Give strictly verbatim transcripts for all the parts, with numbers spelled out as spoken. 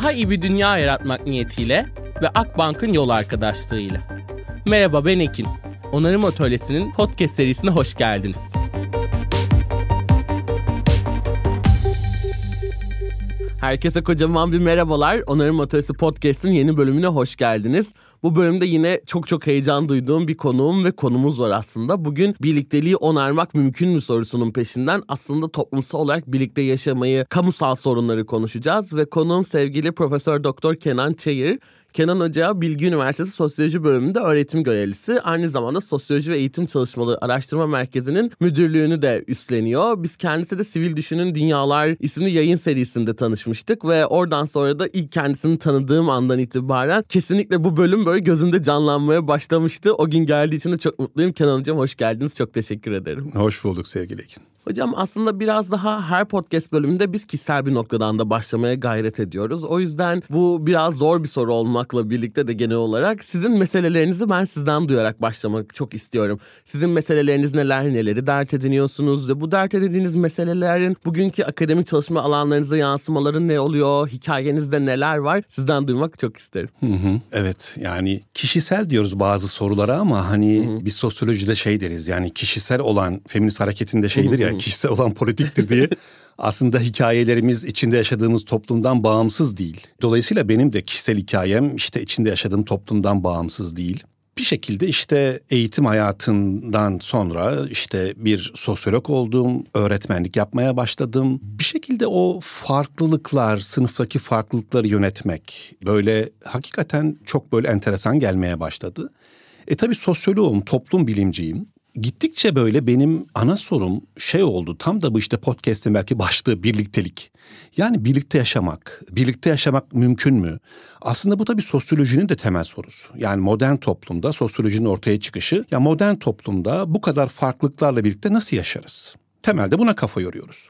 Daha iyi bir dünya yaratmak niyetiyle ve Akbank'ın yol arkadaşlığıyla. Merhaba, ben Ekin. Onarım Atölyesi'nin podcast serisine hoş geldiniz. Herkese kocaman bir merhabalar. Onarım Atölyesi Podcast'ın yeni bölümüne hoş geldiniz. Bu bölümde yine çok çok heyecan duyduğum bir konuğum ve konumuz var aslında. Bugün birlikteliği onarmak mümkün mü sorusunun peşinden aslında toplumsal olarak birlikte yaşamayı, kamusal sorunları konuşacağız. Ve konuğum sevgili Profesör Doktor Kenan Çayır. Kenan Hoca Bilgi Üniversitesi Sosyoloji Bölümünde öğretim görevlisi. Aynı zamanda Sosyoloji ve Eğitim Çalışmaları Araştırma Merkezi'nin müdürlüğünü de üstleniyor. Biz kendisi de Sivil Düşünün Dünyalar isimli yayın serisinde tanışmıştık ve oradan sonra da ilk kendisini tanıdığım andan itibaren kesinlikle bu bölüm böyle gözümde canlanmaya başlamıştı. O gün geldiği için de çok mutluyum. Kenan Hocam hoş geldiniz. Çok teşekkür ederim. Hoş bulduk sevgili Ekin. Hocam aslında biraz daha her podcast bölümünde biz kişisel bir noktadan da başlamaya gayret ediyoruz. O yüzden bu biraz zor bir soru olmakla birlikte de genel olarak sizin meselelerinizi ben sizden duyarak başlamak çok istiyorum. Sizin meseleleriniz neler, neleri dert ediniyorsunuz ve bu dert edindiğiniz meselelerin bugünkü akademik çalışma alanlarınıza yansımaları ne oluyor, hikayenizde neler var sizden duymak çok isterim. Hı hı, evet, yani kişisel diyoruz bazı sorulara ama hani hı hı. biz sosyolojide şey deriz, yani kişisel olan feminist hareketinde şeydir ya, kişisel olan politiktir diye. Aslında hikayelerimiz içinde yaşadığımız toplumdan bağımsız değil. Dolayısıyla benim de kişisel hikayem işte içinde yaşadığım toplumdan bağımsız değil. Bir şekilde işte eğitim hayatından sonra işte bir sosyolog oldum, öğretmenlik yapmaya başladım. Bir şekilde o farklılıklar, sınıftaki farklılıkları yönetmek böyle hakikaten çok böyle enteresan gelmeye başladı. E tabii sosyoloğum, toplum bilimciyim. Gittikçe böyle benim ana sorum şey oldu. Tam da bu işte podcast'in belki başlığı birliktelik. Yani birlikte yaşamak. Birlikte yaşamak mümkün mü? Aslında bu tabii sosyolojinin de temel sorusu. Yani modern toplumda sosyolojinin ortaya çıkışı. Ya modern toplumda bu kadar farklılıklarla birlikte nasıl yaşarız? Temelde buna kafa yoruyoruz.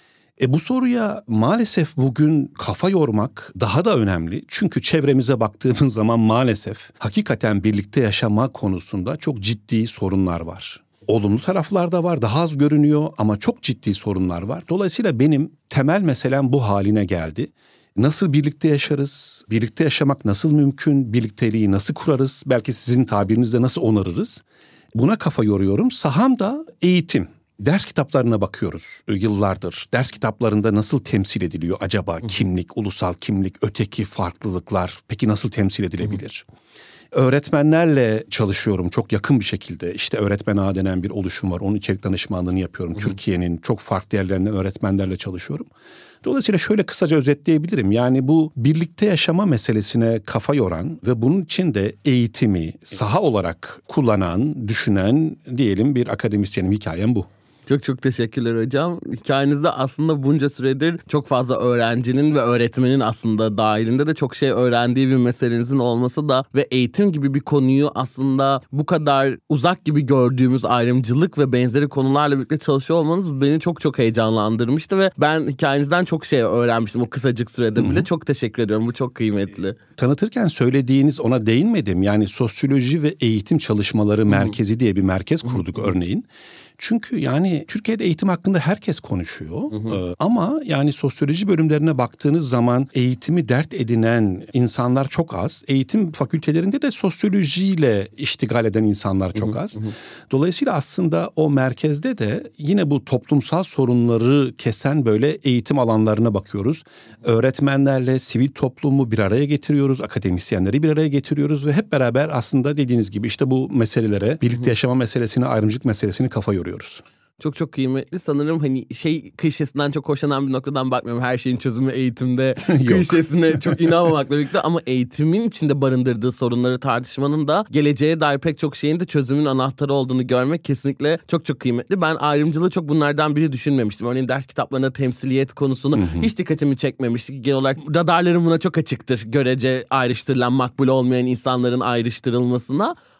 E bu soruya maalesef bugün kafa yormak daha da önemli. Çünkü çevremize baktığımız zaman maalesef hakikaten birlikte yaşama konusunda çok ciddi sorunlar var. Olumlu taraflar da var, daha az görünüyor ama çok ciddi sorunlar var. Dolayısıyla benim temel meselem bu haline geldi. Nasıl birlikte yaşarız? Birlikte yaşamak nasıl mümkün? Birlikteliği nasıl kurarız? Belki sizin tabirinizle nasıl onarırız? Buna kafa yoruyorum. Saham da eğitim. Ders kitaplarına bakıyoruz yıllardır. Ders kitaplarında nasıl temsil ediliyor acaba? Kimlik, ulusal kimlik, öteki farklılıklar peki nasıl temsil edilebilir? Öğretmenlerle çalışıyorum çok yakın bir şekilde. İşte Öğretmen Ağı denen bir oluşum var. Onun içerik danışmanlığını yapıyorum. Hı hı. Türkiye'nin çok farklı yerlerinden öğretmenlerle çalışıyorum. Dolayısıyla şöyle kısaca özetleyebilirim. Yani bu birlikte yaşama meselesine kafa yoran ve bunun için de eğitimi saha olarak kullanan, düşünen diyelim bir akademisyenim. Hikayem bu. Çok çok teşekkürler hocam. Hikayenizde aslında bunca süredir çok fazla öğrencinin ve öğretmenin aslında dahilinde de çok şey öğrendiği bir meselenizin olması da ve eğitim gibi bir konuyu aslında bu kadar uzak gibi gördüğümüz ayrımcılık ve benzeri konularla birlikte çalışıyor olmanız beni çok çok heyecanlandırmıştı ve ben hikayenizden çok şey öğrenmiştim o kısacık sürede bile. Hı-hı. Çok teşekkür ediyorum. Bu çok kıymetli. Tanıtırken söylediğiniz ona değinmedim. Yani sosyoloji ve eğitim çalışmaları Hı-hı. merkezi diye bir merkez kurduk Hı-hı. örneğin. Çünkü yani Türkiye'de eğitim hakkında herkes konuşuyor hı hı. Ee, ama yani sosyoloji bölümlerine baktığınız zaman eğitimi dert edinen insanlar çok az. Eğitim fakültelerinde de sosyolojiyle iştigal eden insanlar çok hı hı. az. Hı hı. Dolayısıyla aslında o merkezde de yine bu toplumsal sorunları kesen böyle eğitim alanlarına bakıyoruz. Öğretmenlerle sivil toplumu bir araya getiriyoruz, akademisyenleri bir araya getiriyoruz ve hep beraber aslında dediğiniz gibi işte bu meselelere, birlikte hı hı. yaşama meselesine, ayrımcılık meselesini kafa yoruyoruz. Çok çok kıymetli. Sanırım hani şey klişesinden çok hoşlanan bir noktadan bakmıyorum. Her şeyin çözümü eğitimde klişesine çok inanmamakla birlikte ama eğitimin içinde barındırdığı sorunları tartışmanın da geleceğe dair pek çok şeyin de çözümün anahtarı olduğunu görmek kesinlikle çok çok kıymetli. Ben ayrımcılığı çok bunlardan biri düşünmemiştim. Örneğin ders kitaplarında temsiliyet konusunu hı hı. hiç dikkatimi çekmemişti. Genel olarak radarlarım buna çok açıktır. Görece ayrıştırılan, makbul olmayan insanların ayrıştırılmasına.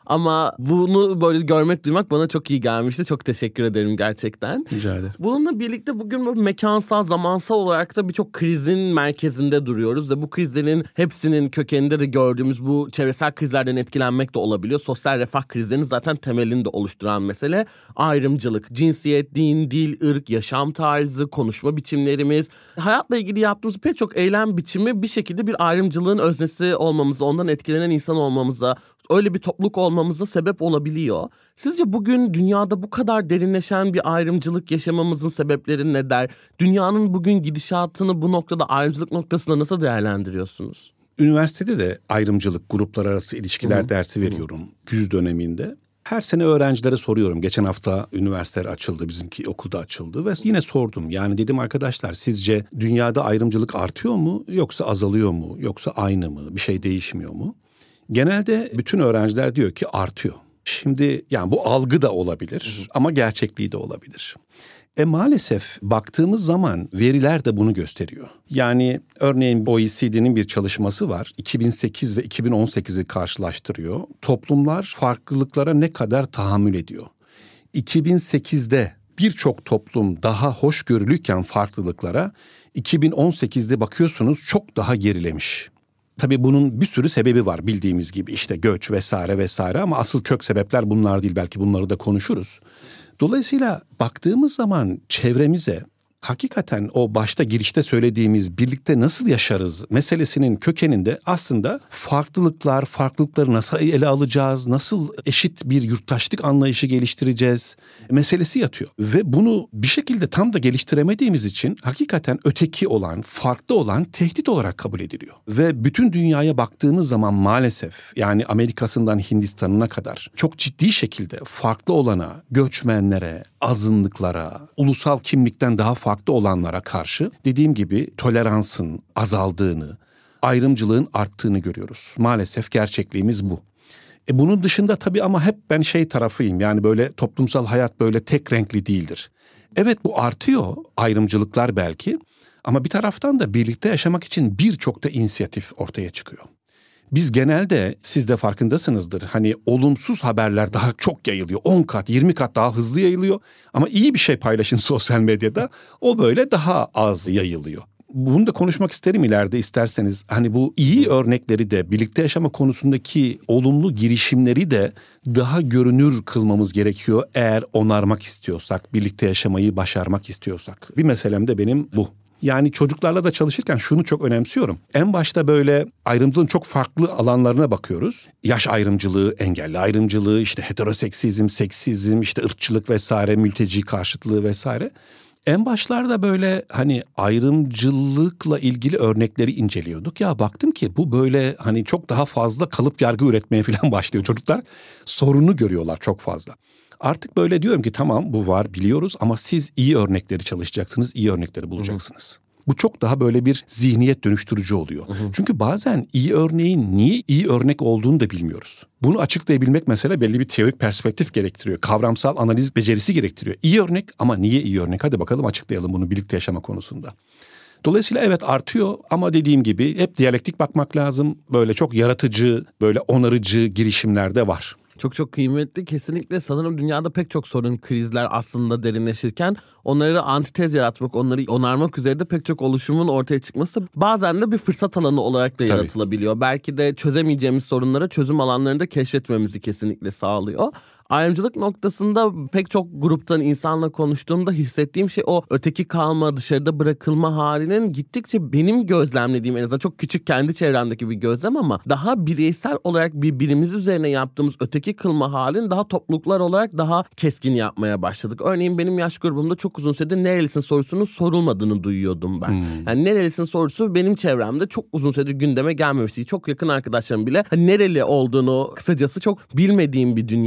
Ama bunu böyle görmek, duymak bana çok iyi gelmişti. Çok teşekkür ederim gerçekten. Rica ederim. Bununla birlikte bugün böyle mekansal, zamansal olarak da birçok krizin merkezinde duruyoruz. Ve bu krizlerin hepsinin kökeninde de gördüğümüz bu çevresel krizlerden etkilenmek de olabiliyor. Sosyal refah krizlerinin zaten temelini de oluşturan mesele ayrımcılık, cinsiyet, din, dil, ırk, yaşam tarzı, konuşma biçimlerimiz. Hayatla ilgili yaptığımız pek çok eylem biçimi bir şekilde bir ayrımcılığın öznesi olmamıza, ondan etkilenen insan olmamıza, öyle bir topluluk olmamıza sebep olabiliyor. Sizce bugün dünyada bu kadar derinleşen bir ayrımcılık yaşamamızın sebepleri ne der? Dünyanın bugün gidişatını bu noktada, ayrımcılık noktasında nasıl değerlendiriyorsunuz? Üniversitede de ayrımcılık, gruplar arası ilişkiler Hı-hı. dersi veriyorum güz döneminde. Her sene öğrencilere soruyorum. Geçen hafta üniversiteler açıldı, bizimki okulda açıldı ve yine sordum. Yani dedim arkadaşlar, sizce dünyada ayrımcılık artıyor mu yoksa azalıyor mu yoksa aynı mı, bir şey değişmiyor mu? Genelde bütün öğrenciler diyor ki artıyor. Şimdi yani bu algı da olabilir, hı hı. ama gerçekliği de olabilir. E maalesef baktığımız zaman veriler de bunu gösteriyor. Yani örneğin O E C D'nin bir çalışması var. iki bin sekiz ve iki bin on sekizi karşılaştırıyor. Toplumlar farklılıklara ne kadar tahammül ediyor? iki bin sekizde birçok toplum daha hoşgörülüyken farklılıklara, iki bin on sekizde bakıyorsunuz çok daha gerilemiş. Tabii bunun bir sürü sebebi var bildiğimiz gibi, işte göç vesaire vesaire, ama asıl kök sebepler bunlar değil, belki bunları da konuşuruz. Dolayısıyla baktığımız zaman çevremize hakikaten o başta girişte söylediğimiz birlikte nasıl yaşarız meselesinin kökeninde aslında farklılıklar, farklılıkları nasıl ele alacağız, nasıl eşit bir yurttaşlık anlayışı geliştireceğiz meselesi yatıyor. Ve bunu bir şekilde tam da geliştiremediğimiz için hakikaten öteki olan, farklı olan tehdit olarak kabul ediliyor. Ve bütün dünyaya baktığımız zaman maalesef, yani Amerika'sından Hindistan'ına kadar çok ciddi şekilde farklı olana, göçmenlere, azınlıklara, ulusal kimlikten daha farklı olanlara karşı dediğim gibi toleransın azaldığını, ayrımcılığın arttığını görüyoruz. Maalesef gerçekliğimiz bu. E bunun dışında tabii ama hep ben şey tarafıyım, yani böyle toplumsal hayat böyle tek renkli değildir. Evet, bu artıyor, ayrımcılıklar belki, ama bir taraftan da birlikte yaşamak için birçok da inisiyatif ortaya çıkıyor. Biz genelde, siz de farkındasınızdır, hani olumsuz haberler daha çok yayılıyor. on kat, yirmi kat daha hızlı yayılıyor. Ama iyi bir şey paylaşın sosyal medyada, o böyle daha az yayılıyor. Bunu da konuşmak isterim ileride isterseniz. Hani bu iyi örnekleri de, birlikte yaşama konusundaki olumlu girişimleri de daha görünür kılmamız gerekiyor eğer onarmak istiyorsak, birlikte yaşamayı başarmak istiyorsak. Bir meselem de benim bu. Yani çocuklarla da çalışırken şunu çok önemsiyorum. En başta böyle ayrımcılığın çok farklı alanlarına bakıyoruz. Yaş ayrımcılığı, engelli ayrımcılığı, işte heteroseksizm, seksizm, işte ırkçılık vesaire, mülteci karşıtlığı vesaire. En başlarda böyle hani ayrımcılıkla ilgili örnekleri inceliyorduk. Ya baktım ki bu böyle hani çok daha fazla kalıp yargı üretmeye falan başlıyor çocuklar. Sorunu görüyorlar çok fazla. Artık böyle diyorum ki tamam, bu var biliyoruz, ama siz iyi örnekleri çalışacaksınız, iyi örnekleri bulacaksınız. Hı hı. Bu çok daha böyle bir zihniyet dönüştürücü oluyor. Hı hı. Çünkü bazen iyi örneğin niye iyi örnek olduğunu da bilmiyoruz. Bunu açıklayabilmek mesela belli bir teorik perspektif gerektiriyor. Kavramsal analiz becerisi gerektiriyor. İyi örnek, ama niye iyi örnek? Hadi bakalım açıklayalım bunu birlikte yaşama konusunda. Dolayısıyla evet artıyor, ama dediğim gibi hep diyalektik bakmak lazım. Böyle çok yaratıcı, böyle onarıcı girişimler de var. Çok çok kıymetli. Kesinlikle sanırım dünyada pek çok sorun, krizler aslında derinleşirken onları antitez yaratmak, onları onarmak üzere de pek çok oluşumun ortaya çıkması bazen de bir fırsat alanı olarak da yaratılabiliyor. Tabii. Belki de çözemeyeceğimiz sorunlara çözüm alanlarını da keşfetmemizi kesinlikle sağlıyor. Ayrımcılık noktasında pek çok gruptan insanla konuştuğumda hissettiğim şey o öteki kalma, dışarıda bırakılma halinin gittikçe benim gözlemlediğim, en azından çok küçük kendi çevremdeki bir gözlem, ama daha bireysel olarak birbirimiz üzerine yaptığımız öteki kılma halini daha topluluklar olarak daha keskin yapmaya başladık. Örneğin benim yaş grubumda çok uzun süredir nerelisin sorusunun sorulmadığını duyuyordum ben. Hmm. Yani nerelisin sorusu benim çevremde çok uzun süredir gündeme gelmemişti. Çok yakın arkadaşlarım bile hani nereli olduğunu kısacası çok bilmediğim bir dünyada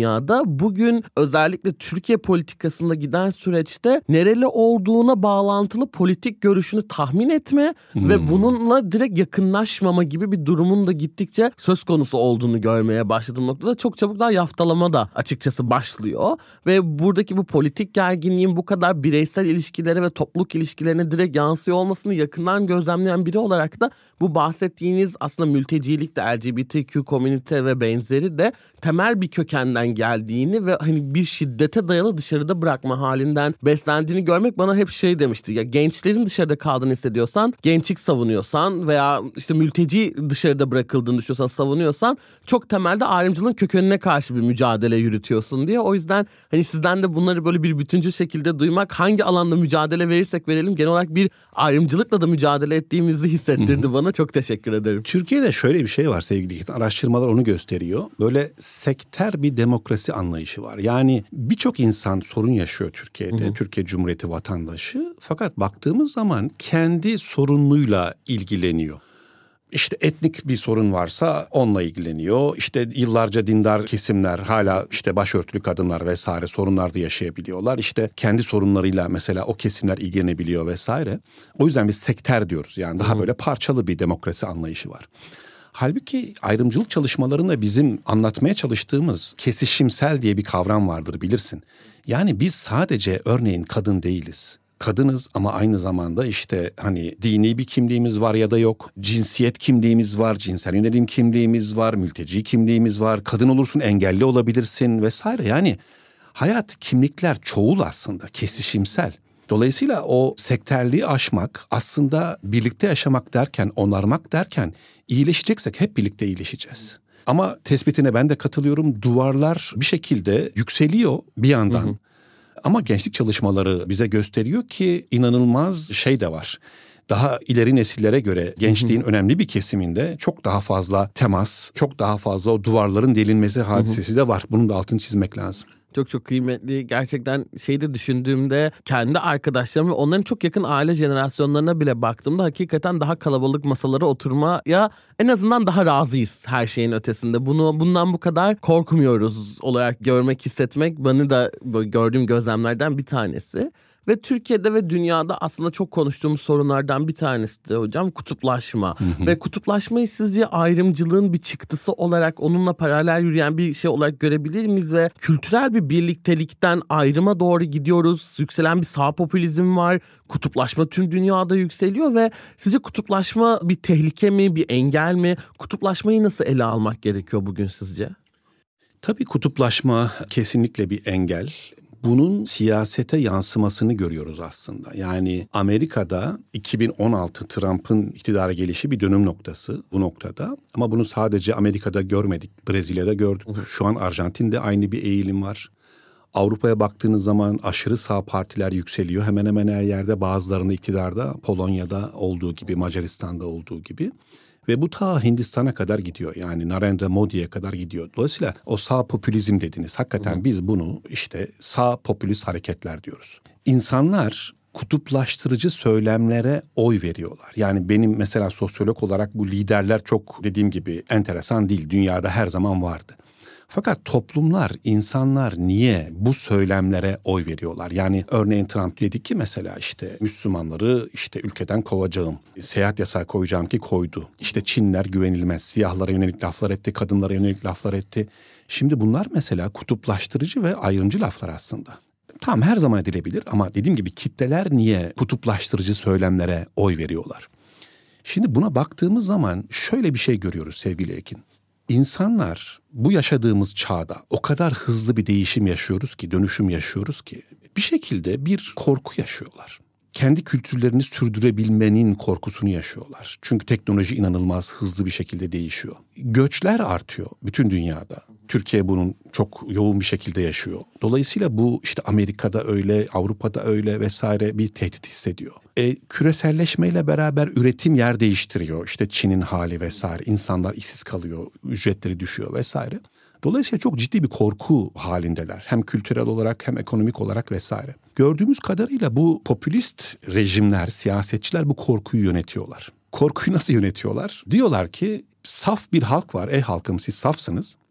bugün özellikle Türkiye politikasında giden süreçte nereli olduğuna bağlantılı politik görüşünü tahmin etme hmm. ve bununla direkt yakınlaşmama gibi bir durumun da gittikçe söz konusu olduğunu görmeye başladığım noktada çok çabuk daha yaftalama da açıkçası başlıyor. Ve buradaki bu politik gerginliğin bu kadar bireysel ilişkilere ve topluluk ilişkilerine direkt yansıyor olmasını yakından gözlemleyen biri olarak da bu bahsettiğiniz aslında mültecilik de L G B T Q komünite ve benzeri de temel bir kökenden geldiğini ve hani bir şiddete dayalı dışarıda bırakma halinden beslendiğini görmek bana hep şey demişti. Ya gençlerin dışarıda kaldığını hissediyorsan, gençlik savunuyorsan veya işte mülteci dışarıda bırakıldığını düşünüyorsan, savunuyorsan çok temelde ayrımcılığın kökenine karşı bir mücadele yürütüyorsun diye. O yüzden hani sizden de bunları böyle bir bütüncül şekilde duymak, hangi alanda mücadele verirsek verelim genel olarak bir ayrımcılıkla da mücadele ettiğimizi hissettirdi Hı-hı. bana. Çok teşekkür ederim. Türkiye'de şöyle bir şey var sevgili Yiğit. Araştırmalar onu gösteriyor. Böyle sekter bir demokrasi anlayışı var. Yani birçok insan sorun yaşıyor Türkiye'de. Hı hı. Türkiye Cumhuriyeti vatandaşı. Fakat baktığımız zaman kendi sorunuyla ilgileniyor. İşte etnik bir sorun varsa onunla ilgileniyor. İşte yıllarca dindar kesimler hala işte başörtülü kadınlar vesaire sorunlarda yaşayabiliyorlar. İşte kendi sorunlarıyla mesela o kesimler ilgilenebiliyor vesaire. O yüzden biz sekter diyoruz. Yani daha Hı. böyle parçalı bir demokrasi anlayışı var. Halbuki ayrımcılık çalışmalarında bizim anlatmaya çalıştığımız kesişimsel diye bir kavram vardır bilirsin. Yani biz sadece örneğin kadın değiliz. Kadınız ama aynı zamanda işte hani dini bir kimliğimiz var ya da yok. Cinsiyet kimliğimiz var, cinsel yönelim kimliğimiz var, mülteci kimliğimiz var. Kadın olursun, engelli olabilirsin vesaire. Yani hayat kimlikler çoğul aslında, kesişimsel. Dolayısıyla o sekterliği aşmak aslında birlikte yaşamak derken, onarmak derken iyileşeceksek hep birlikte iyileşeceğiz. Ama tespitine ben de katılıyorum. Duvarlar bir şekilde yükseliyor bir yandan. Hı hı. Ama gençlik çalışmaları bize gösteriyor ki inanılmaz şey de var. Daha ileri nesillere göre gençliğin hı hı. önemli bir kesiminde çok daha fazla temas, çok daha fazla o duvarların delinmesi hadisesi hı hı. de var. Bunun da altını çizmek lazım. Çok çok kıymetli. Gerçekten şeyde düşündüğümde kendi arkadaşlarım ve onların çok yakın aile jenerasyonlarına bile baktığımda hakikaten daha kalabalık masalara oturmaya en azından daha razıyız her şeyin ötesinde. Bunu bundan bu kadar korkmuyoruz olarak görmek, hissetmek bana da gördüğüm gözlemlerden bir tanesi. Ve Türkiye'de ve dünyada aslında çok konuştuğumuz sorunlardan bir tanesi de hocam kutuplaşma. Hı hı. Ve kutuplaşmayı sizce ayrımcılığın bir çıktısı olarak onunla paralel yürüyen bir şey olarak görebilir miyiz? Ve kültürel bir birliktelikten ayrıma doğru gidiyoruz. Yükselen bir sağ popülizm var. Kutuplaşma tüm dünyada yükseliyor ve sizce kutuplaşma bir tehlike mi, bir engel mi? Kutuplaşmayı nasıl ele almak gerekiyor bugün sizce? Tabii kutuplaşma kesinlikle bir engel. Bunun siyasete yansımasını görüyoruz aslında. Yani Amerika'da iki bin on altı Trump'ın iktidara gelişi bir dönüm noktası bu noktada. Ama bunu sadece Amerika'da görmedik. Brezilya'da gördük. Şu an Arjantin'de aynı bir eğilim var. Avrupa'ya baktığınız zaman aşırı sağ partiler yükseliyor. Hemen hemen her yerde, bazılarında iktidarda, Polonya'da olduğu gibi, Macaristan'da olduğu gibi. Ve bu ta Hindistan'a kadar gidiyor. Yani Narendra Modi'ye kadar gidiyor. Dolayısıyla o sağ popülizm dediniz. Hakikaten hı hı. biz bunu işte sağ popülist hareketler diyoruz. İnsanlar kutuplaştırıcı söylemlere oy veriyorlar. Yani benim mesela sosyolog olarak bu liderler çok dediğim gibi enteresan değil. Dünyada her zaman vardı. Fakat toplumlar, insanlar niye bu söylemlere oy veriyorlar? Yani örneğin Trump dedi ki mesela işte Müslümanları işte ülkeden kovacağım, seyahat yasağı koyacağım ki koydu. İşte Çinler güvenilmez, siyahlara yönelik laflar etti, kadınlara yönelik laflar etti. Şimdi bunlar mesela kutuplaştırıcı ve ayrımcı laflar aslında. Tamam, her zaman edilebilir ama dediğim gibi kitleler niye kutuplaştırıcı söylemlere oy veriyorlar? Şimdi buna baktığımız zaman şöyle bir şey görüyoruz sevgili Ekin. İnsanlar bu yaşadığımız çağda o kadar hızlı bir değişim yaşıyoruz ki, dönüşüm yaşıyoruz ki bir şekilde bir korku yaşıyorlar. Kendi kültürlerini sürdürebilmenin korkusunu yaşıyorlar. Çünkü teknoloji inanılmaz hızlı bir şekilde değişiyor. Göçler artıyor bütün dünyada. Türkiye bunun çok yoğun bir şekilde yaşıyor. Dolayısıyla bu işte Amerika'da öyle, Avrupa'da öyle vesaire bir tehdit hissediyor. E, küreselleşmeyle beraber üretim yer değiştiriyor. İşte Çin'in hali vesaire. İnsanlar işsiz kalıyor, ücretleri düşüyor vesaire. Dolayısıyla çok ciddi bir korku halindeler. Hem kültürel olarak hem ekonomik olarak vesaire. Gördüğümüz kadarıyla bu popülist rejimler, siyasetçiler bu korkuyu yönetiyorlar. Korkuyu nasıl yönetiyorlar? Diyorlar ki saf bir halk var. Ey halkım, siz safsınız.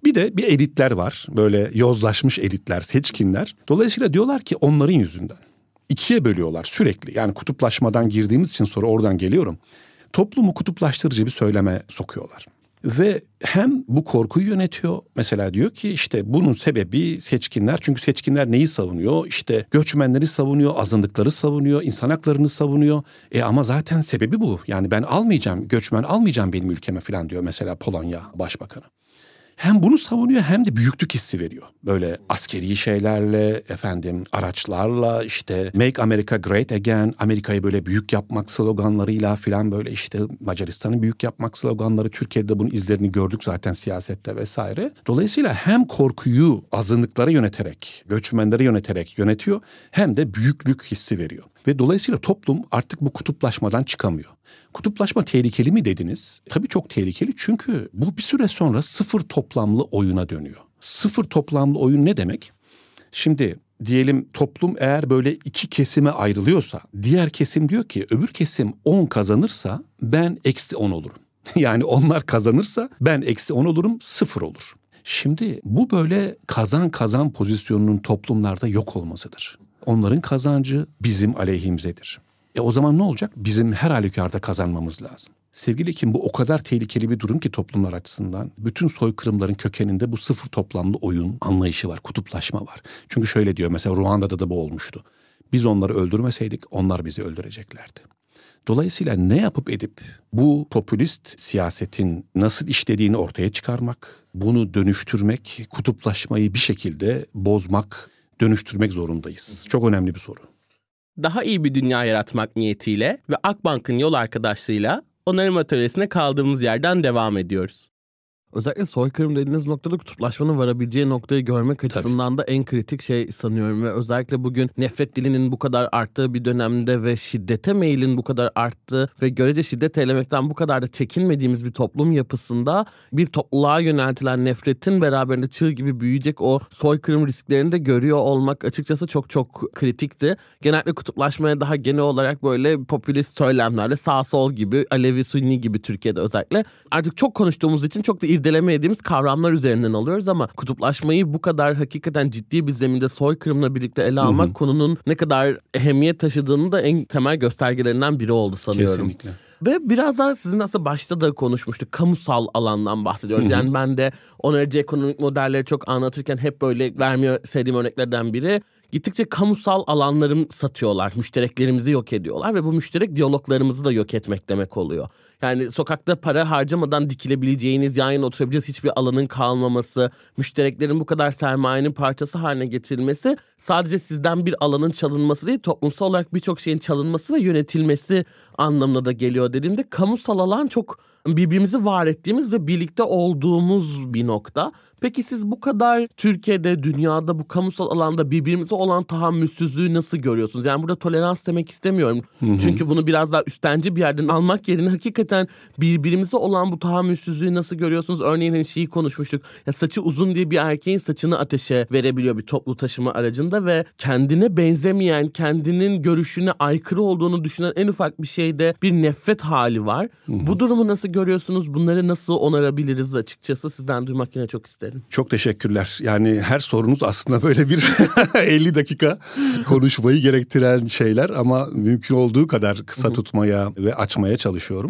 Bir de bir elitler var. Böyle yozlaşmış elitler, seçkinler. Dolayısıyla diyorlar ki onların yüzünden. İkiye bölüyorlar sürekli. Yani kutuplaşmadan girdiğimiz için sonra oradan geliyorum. Toplumu kutuplaştırıcı bir söyleme sokuyorlar. Ve hem bu korkuyu yönetiyor. Mesela diyor ki işte bunun sebebi seçkinler. Çünkü seçkinler neyi savunuyor? İşte göçmenleri savunuyor, azınlıkları savunuyor, insan haklarını savunuyor. E ama zaten sebebi bu. Yani ben almayacağım, göçmen almayacağım benim ülkeme falan diyor mesela Polonya Başbakanı. Hem bunu savunuyor hem de büyüklük hissi veriyor. Böyle askeri şeylerle, efendim araçlarla, işte Make America Great Again, Amerika'yı böyle büyük yapmak sloganlarıyla filan, böyle işte Macaristan'ı büyük yapmak sloganları. Türkiye'de bunun izlerini gördük zaten siyasette vesaire. Dolayısıyla hem korkuyu azınlıklara yöneterek, göçmenlere yöneterek yönetiyor, hem de büyüklük hissi veriyor. Ve dolayısıyla toplum artık bu kutuplaşmadan çıkamıyor. Kutuplaşma tehlikeli mi dediniz? Tabii çok tehlikeli, çünkü bu bir süre sonra sıfır toplamlı oyuna dönüyor. Sıfır toplamlı oyun ne demek? Şimdi diyelim toplum eğer böyle iki kesime ayrılıyorsa, diğer kesim diyor ki öbür kesim on kazanırsa ben eksi on olurum. Yani onlar kazanırsa ben eksi on olurum, sıfır olur. Şimdi bu böyle kazan kazan pozisyonunun toplumlarda yok olmasıdır. Onların kazancı bizim aleyhimizedir. E o zaman ne olacak? Bizim her halükarda kazanmamız lazım. Sevgili Ekim, bu o kadar tehlikeli bir durum ki toplumlar açısından. Bütün soykırımların kökeninde bu sıfır toplamlı oyun anlayışı var, kutuplaşma var. Çünkü şöyle diyor mesela, Ruanda'da da bu olmuştu. Biz onları öldürmeseydik onlar bizi öldüreceklerdi. Dolayısıyla ne yapıp edip bu popülist siyasetin nasıl işlediğini ortaya çıkarmak, bunu dönüştürmek, kutuplaşmayı bir şekilde bozmak, dönüştürmek zorundayız. Çok önemli bir soru. Daha iyi bir dünya yaratmak niyetiyle ve Akbank'ın yol arkadaşlığıyla onarım atölyesine kaldığımız yerden devam ediyoruz. Özellikle soykırım dediğiniz noktada kutuplaşmanın varabileceği noktayı görmek açısından Tabii. da en kritik şey sanıyorum. Ve özellikle bugün nefret dilinin bu kadar arttığı bir dönemde ve şiddete meylin bu kadar arttığı ve görece şiddet eylemekten bu kadar da çekinmediğimiz bir toplum yapısında bir topluluğa yöneltilen nefretin beraberinde çığ gibi büyüyecek o soykırım risklerini de görüyor olmak açıkçası çok çok kritikti. Genellikle kutuplaşmaya daha genel olarak böyle popülist söylemlerle sağ sol gibi, Alevi Sunni gibi Türkiye'de özellikle artık çok konuştuğumuz için çok da irdelemediğimiz kavramlar üzerinden alıyoruz, ama kutuplaşmayı bu kadar hakikaten ciddi bir zeminde soykırımla birlikte ele almak hı hı. konunun ne kadar ehemmiyet taşıdığını da en temel göstergelerinden biri oldu sanıyorum. Kesinlikle. Ve biraz daha sizin aslında başta da konuşmuştuk. Kamusal alandan bahsediyoruz. Hı hı. Yani ben de onarıcı ekonomik modelleri çok anlatırken hep böyle vermiyor sevdiğim örneklerden biri. Gittikçe kamusal alanları satıyorlar. Müştereklerimizi yok ediyorlar ve bu müşterek diyaloglarımızı da yok etmek demek oluyor. Yani sokakta para harcamadan dikilebileceğiniz, yan yana oturabileceğiniz hiçbir alanın kalmaması, müştereklerin bu kadar sermayenin parçası haline getirilmesi sadece sizden bir alanın çalınması değil, toplumsal olarak birçok şeyin çalınması ve yönetilmesi anlamına da geliyor dediğimde kamusal alan çok birbirimizi var ettiğimiz ve birlikte olduğumuz bir nokta. Peki siz bu kadar Türkiye'de, dünyada bu kamusal alanda birbirimize olan tahammülsüzlüğü nasıl görüyorsunuz? Yani burada tolerans demek istemiyorum. Hı hı. Çünkü bunu biraz daha üstenci bir yerden almak yerine hakikaten birbirimize olan bu tahammülsüzlüğü nasıl görüyorsunuz? Örneğin hani şeyi konuşmuştuk. Ya saçı uzun diye bir erkeğin saçını ateşe verebiliyor bir toplu taşıma aracında ve kendine benzemeyen, kendinin görüşüne aykırı olduğunu düşünen en ufak bir şeyde bir nefret hali var. Hı hı. Bu durumu nasıl görüyorsunuz? Bunları nasıl onarabiliriz açıkçası? Sizden duymak yine çok isterim. Çok teşekkürler. Yani her sorunuz aslında böyle bir elli dakika konuşmayı gerektiren şeyler, ama mümkün olduğu kadar kısa tutmaya ve açmaya çalışıyorum.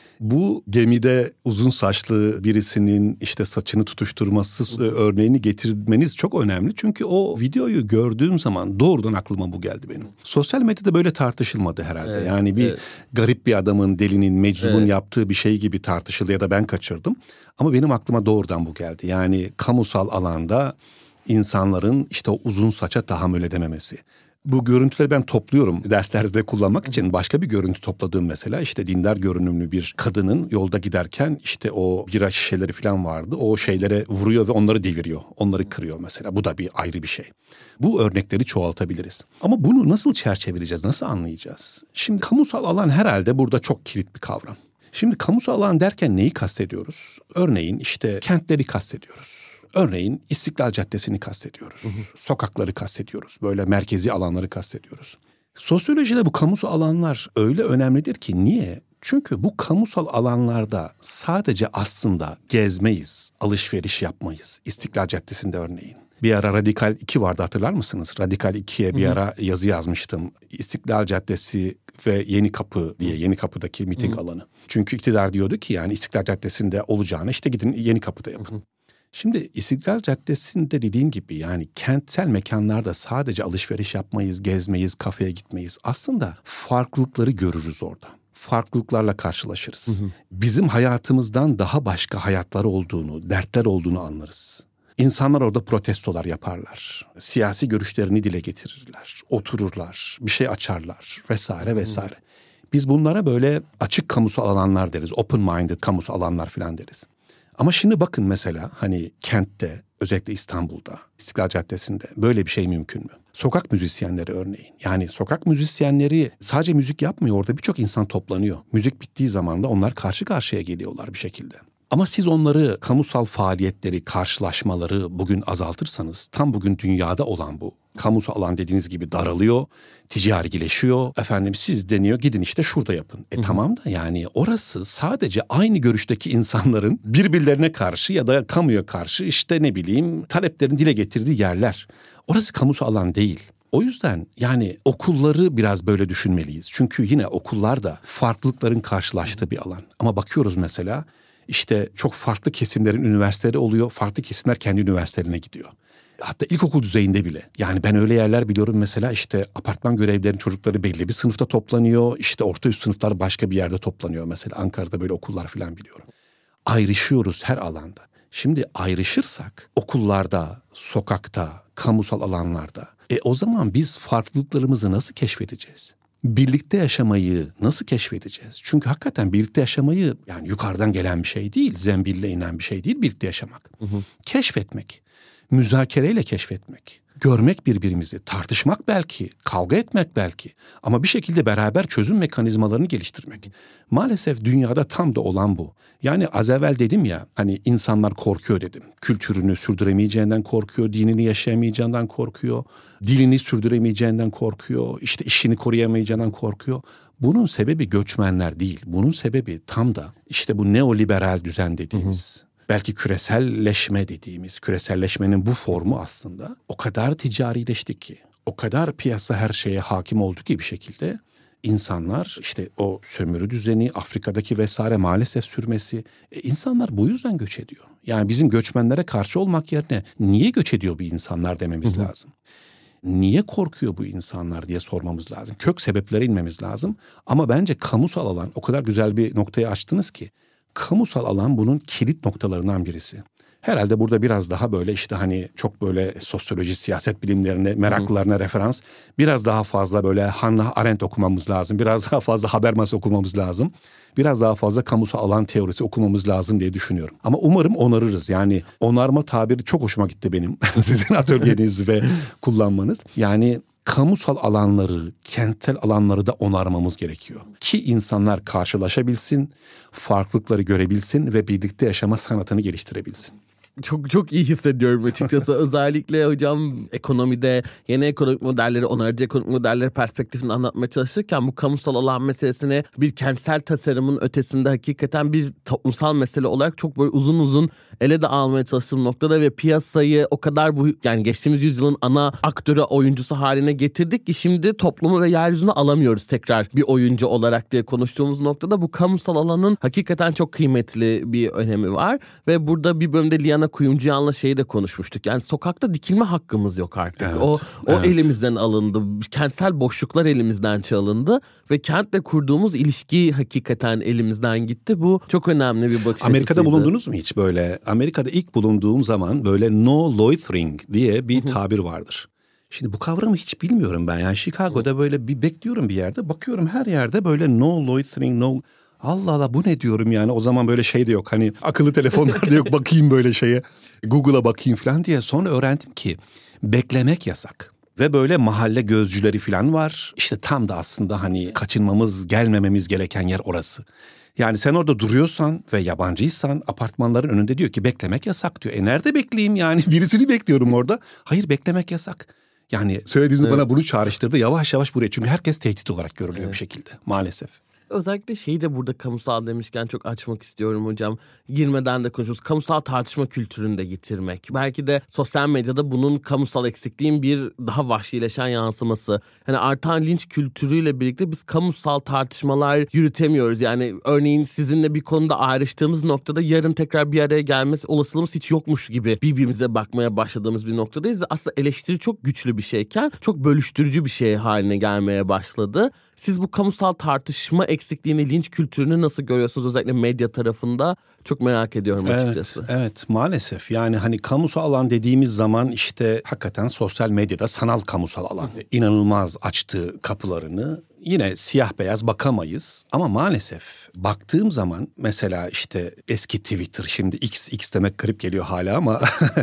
Bu gemide uzun saçlı birisinin işte saçını tutuşturması örneğini getirmeniz çok önemli. Çünkü o videoyu gördüğüm zaman doğrudan aklıma bu geldi benim. Sosyal medyada böyle tartışılmadı herhalde. Evet, yani bir evet. garip bir adamın, delinin, meczubun evet. yaptığı bir şey gibi tartışıldı ya da ben kaçırdım. Ama benim aklıma doğrudan bu geldi. Yani kamusal alanda insanların işte o uzun saça tahammül edememesi. Bu görüntüleri ben topluyorum derslerde de kullanmak için. Başka bir görüntü topladığım mesela işte dindar görünümlü bir kadının yolda giderken işte o bira şişeleri falan vardı. O şeylere vuruyor ve onları deviriyor. Onları kırıyor mesela. Bu da bir ayrı bir şey. Bu örnekleri çoğaltabiliriz. Ama bunu nasıl çerçeveleyeceğiz, nasıl anlayacağız? Şimdi kamusal alan herhalde burada çok kilit bir kavram. Şimdi kamusal alan derken neyi kastediyoruz? Örneğin işte kentleri kastediyoruz. Örneğin İstiklal Caddesi'ni kastediyoruz. Hı hı. Sokakları kastediyoruz. Böyle merkezi alanları kastediyoruz. Sosyolojide bu kamusal alanlar öyle önemlidir ki niye? Çünkü bu kamusal alanlarda sadece aslında gezmeyiz, alışveriş yapmayız. İstiklal Caddesi'nde örneğin. Bir ara Radikal iki vardı, hatırlar mısınız? Radikal ikiye bir ara yazı yazmıştım. İstiklal Caddesi ve Yeni Kapı diye, Yeni Kapı'daki miting Hı. alanı. Çünkü iktidar diyordu ki yani İstiklal Caddesi'nde olacağına işte gidin Yeni Kapı'da yapın. Hı. Şimdi İstiklal Caddesi'nde dediğim gibi yani kentsel mekanlarda sadece alışveriş yapmayız, gezmeyiz, kafeye gitmeyiz. Aslında farklılıkları görürüz orada. Farklılıklarla karşılaşırız. Hı hı. Bizim hayatımızdan daha başka hayatlar olduğunu, dertler olduğunu anlarız. İnsanlar orada protestolar yaparlar. Siyasi görüşlerini dile getirirler. Otururlar, bir şey açarlar vesaire vesaire. Hı. Biz bunlara böyle açık kamusal alanlar deriz. Open minded kamusal alanlar falan deriz. Ama şimdi bakın mesela hani kentte, özellikle İstanbul'da, İstiklal Caddesi'nde böyle bir şey mümkün mü? Sokak müzisyenleri örneğin. Yani sokak müzisyenleri sadece müzik yapmıyor, orada birçok insan toplanıyor. Müzik bittiği zaman da onlar karşı karşıya geliyorlar bir şekilde. Ama siz onları, kamusal faaliyetleri, karşılaşmaları bugün azaltırsanız, tam bugün dünyada olan bu kamusal alan dediğiniz gibi daralıyor, ticarileşiyor. Efendim siz deniyor gidin işte şurada yapın. E hı hı. Tamam da yani orası sadece aynı görüşteki insanların birbirlerine karşı ya da kamuya karşı işte ne bileyim taleplerini dile getirdiği yerler. Orası kamusal alan değil. O yüzden yani okulları biraz böyle düşünmeliyiz. Çünkü yine okullar da farklılıkların karşılaştığı bir alan. Ama bakıyoruz mesela işte çok farklı kesimlerin üniversiteleri oluyor. Farklı kesimler kendi üniversitelerine gidiyor. Hatta ilkokul düzeyinde bile. Yani ben öyle yerler biliyorum mesela işte apartman görevlilerinin çocukları belli bir sınıfta toplanıyor. İşte orta üst sınıflar başka bir yerde toplanıyor. Mesela Ankara'da böyle okullar falan biliyorum. Ayrışıyoruz her alanda. Şimdi ayrışırsak okullarda, sokakta, kamusal alanlarda e o zaman biz farklılıklarımızı nasıl keşfedeceğiz? Birlikte yaşamayı nasıl keşfedeceğiz? Çünkü hakikaten birlikte yaşamayı yani yukarıdan gelen bir şey değil, zembille inen bir şey değil birlikte yaşamak. Hı hı. Keşfetmek, müzakereyle keşfetmek, görmek birbirimizi, tartışmak belki, kavga etmek belki ama bir şekilde beraber çözüm mekanizmalarını geliştirmek. Maalesef dünyada tam da olan bu. Yani az evvel dedim ya hani insanlar korkuyor dedim. Kültürünü sürdüremeyeceğinden korkuyor, dinini yaşayamayacağından korkuyor, dilini sürdüremeyeceğinden korkuyor, işte işini koruyamayacağından korkuyor. Bunun sebebi göçmenler değil. Bunun sebebi tam da işte bu neoliberal düzen dediğimiz, hı hı. belki küreselleşme dediğimiz, küreselleşmenin bu formu aslında o kadar ticarileşti ki, o kadar piyasa her şeye hakim oldu ki bir şekilde insanlar işte o sömürü düzeni, Afrika'daki vesaire maalesef sürmesi, e, insanlar bu yüzden göç ediyor. Yani bizim göçmenlere karşı olmak yerine niye göç ediyor bu insanlar dememiz hı hı. lazım. Niye korkuyor bu insanlar diye sormamız lazım. Kök sebeplere inmemiz lazım. Ama bence kamusal alan o kadar güzel bir noktayı açtınız ki. Kamusal alan bunun kilit noktalarından birisi. Herhalde burada biraz daha böyle işte hani çok böyle sosyoloji, siyaset bilimlerine, meraklılarına Hı. referans. Biraz daha fazla böyle Hannah Arendt okumamız lazım. Biraz daha fazla Habermas okumamız lazım. Biraz daha fazla kamusal alan teorisi okumamız lazım diye düşünüyorum. Ama umarım onarırız. Yani onarma tabiri çok hoşuma gitti benim. Sizin atölyeniz ve kullanmanız. Yani kamusal alanları, kentsel alanları da onarmamız gerekiyor. Ki insanlar karşılaşabilsin, farklılıkları görebilsin ve birlikte yaşama sanatını geliştirebilsin. Çok çok iyi hissediyorum açıkçası. Özellikle hocam ekonomide yeni ekonomik modelleri, onarıcı ekonomik modelleri perspektifini anlatmaya çalışırken bu kamusal alan meselesini bir kentsel tasarımın ötesinde hakikaten bir toplumsal mesele olarak çok böyle uzun uzun ele de almaya çalıştığım noktada ve piyasayı o kadar bu yani geçtiğimiz yüzyılın ana aktörü, oyuncusu haline getirdik ki şimdi toplumu ve yeryüzünü alamıyoruz tekrar bir oyuncu olarak diye konuştuğumuz noktada bu kamusal alanın hakikaten çok kıymetli bir önemi var ve burada bir bölümde Liana Kuyumcuyan'la şeyi de konuşmuştuk. Yani sokakta dikilme hakkımız yok artık. Evet, o o evet. elimizden alındı. Kentsel boşluklar elimizden çalındı ve kentle kurduğumuz ilişki hakikaten elimizden gitti. Bu çok önemli bir bakış Amerika'da açısıydı. bulundunuz mu hiç böyle? Amerika'da ilk bulunduğum zaman böyle no loitering diye bir tabir vardır. Şimdi bu kavramı hiç bilmiyorum ben. Yani Chicago'da böyle bir bekliyorum bir yerde. Bakıyorum her yerde böyle no loitering, no... Allah Allah bu ne diyorum yani, o zaman böyle şey de yok, hani akıllı telefonlar da yok, bakayım böyle şeye, Google'a bakayım falan diye. Sonra öğrendim ki beklemek yasak ve böyle mahalle gözcüleri falan var. İşte tam da aslında hani kaçınmamız, gelmememiz gereken yer orası. Yani sen orada duruyorsan ve yabancıysan apartmanların önünde diyor ki beklemek yasak diyor. E nerede bekleyeyim yani, birisini bekliyorum orada. Hayır, beklemek yasak. Yani söylediğiniz evet. bana bunu çağrıştırdı, yavaş yavaş buraya, çünkü herkes tehdit olarak görülüyor evet. bir şekilde maalesef. Özellikle şeyi de burada kamusal demişken çok açmak istiyorum hocam. Girmeden de konuşuyoruz. Kamusal tartışma kültürünü de getirmek. Belki de sosyal medyada bunun kamusal eksikliğin bir daha vahşileşen yansıması. Yani artan linç kültürüyle birlikte biz kamusal tartışmalar yürütemiyoruz. Yani örneğin sizinle bir konuda ayrıştığımız noktada yarın tekrar bir araya gelmesi olasılığımız hiç yokmuş gibi birbirimize bakmaya başladığımız bir noktadayız. Aslında eleştiri çok güçlü bir şeyken çok bölüştürücü bir şey haline gelmeye başladı. Siz bu kamusal tartışma eksikliğini, linç kültürünü nasıl görüyorsunuz özellikle medya tarafında? Çok merak ediyorum açıkçası. Evet, evet maalesef yani hani kamusal alan dediğimiz zaman işte hakikaten sosyal medyada sanal kamusal alan inanılmaz açtığı kapılarını. Yine siyah beyaz bakamayız ama maalesef baktığım zaman mesela işte eski Twitter, şimdi X, X demek garip geliyor hala ama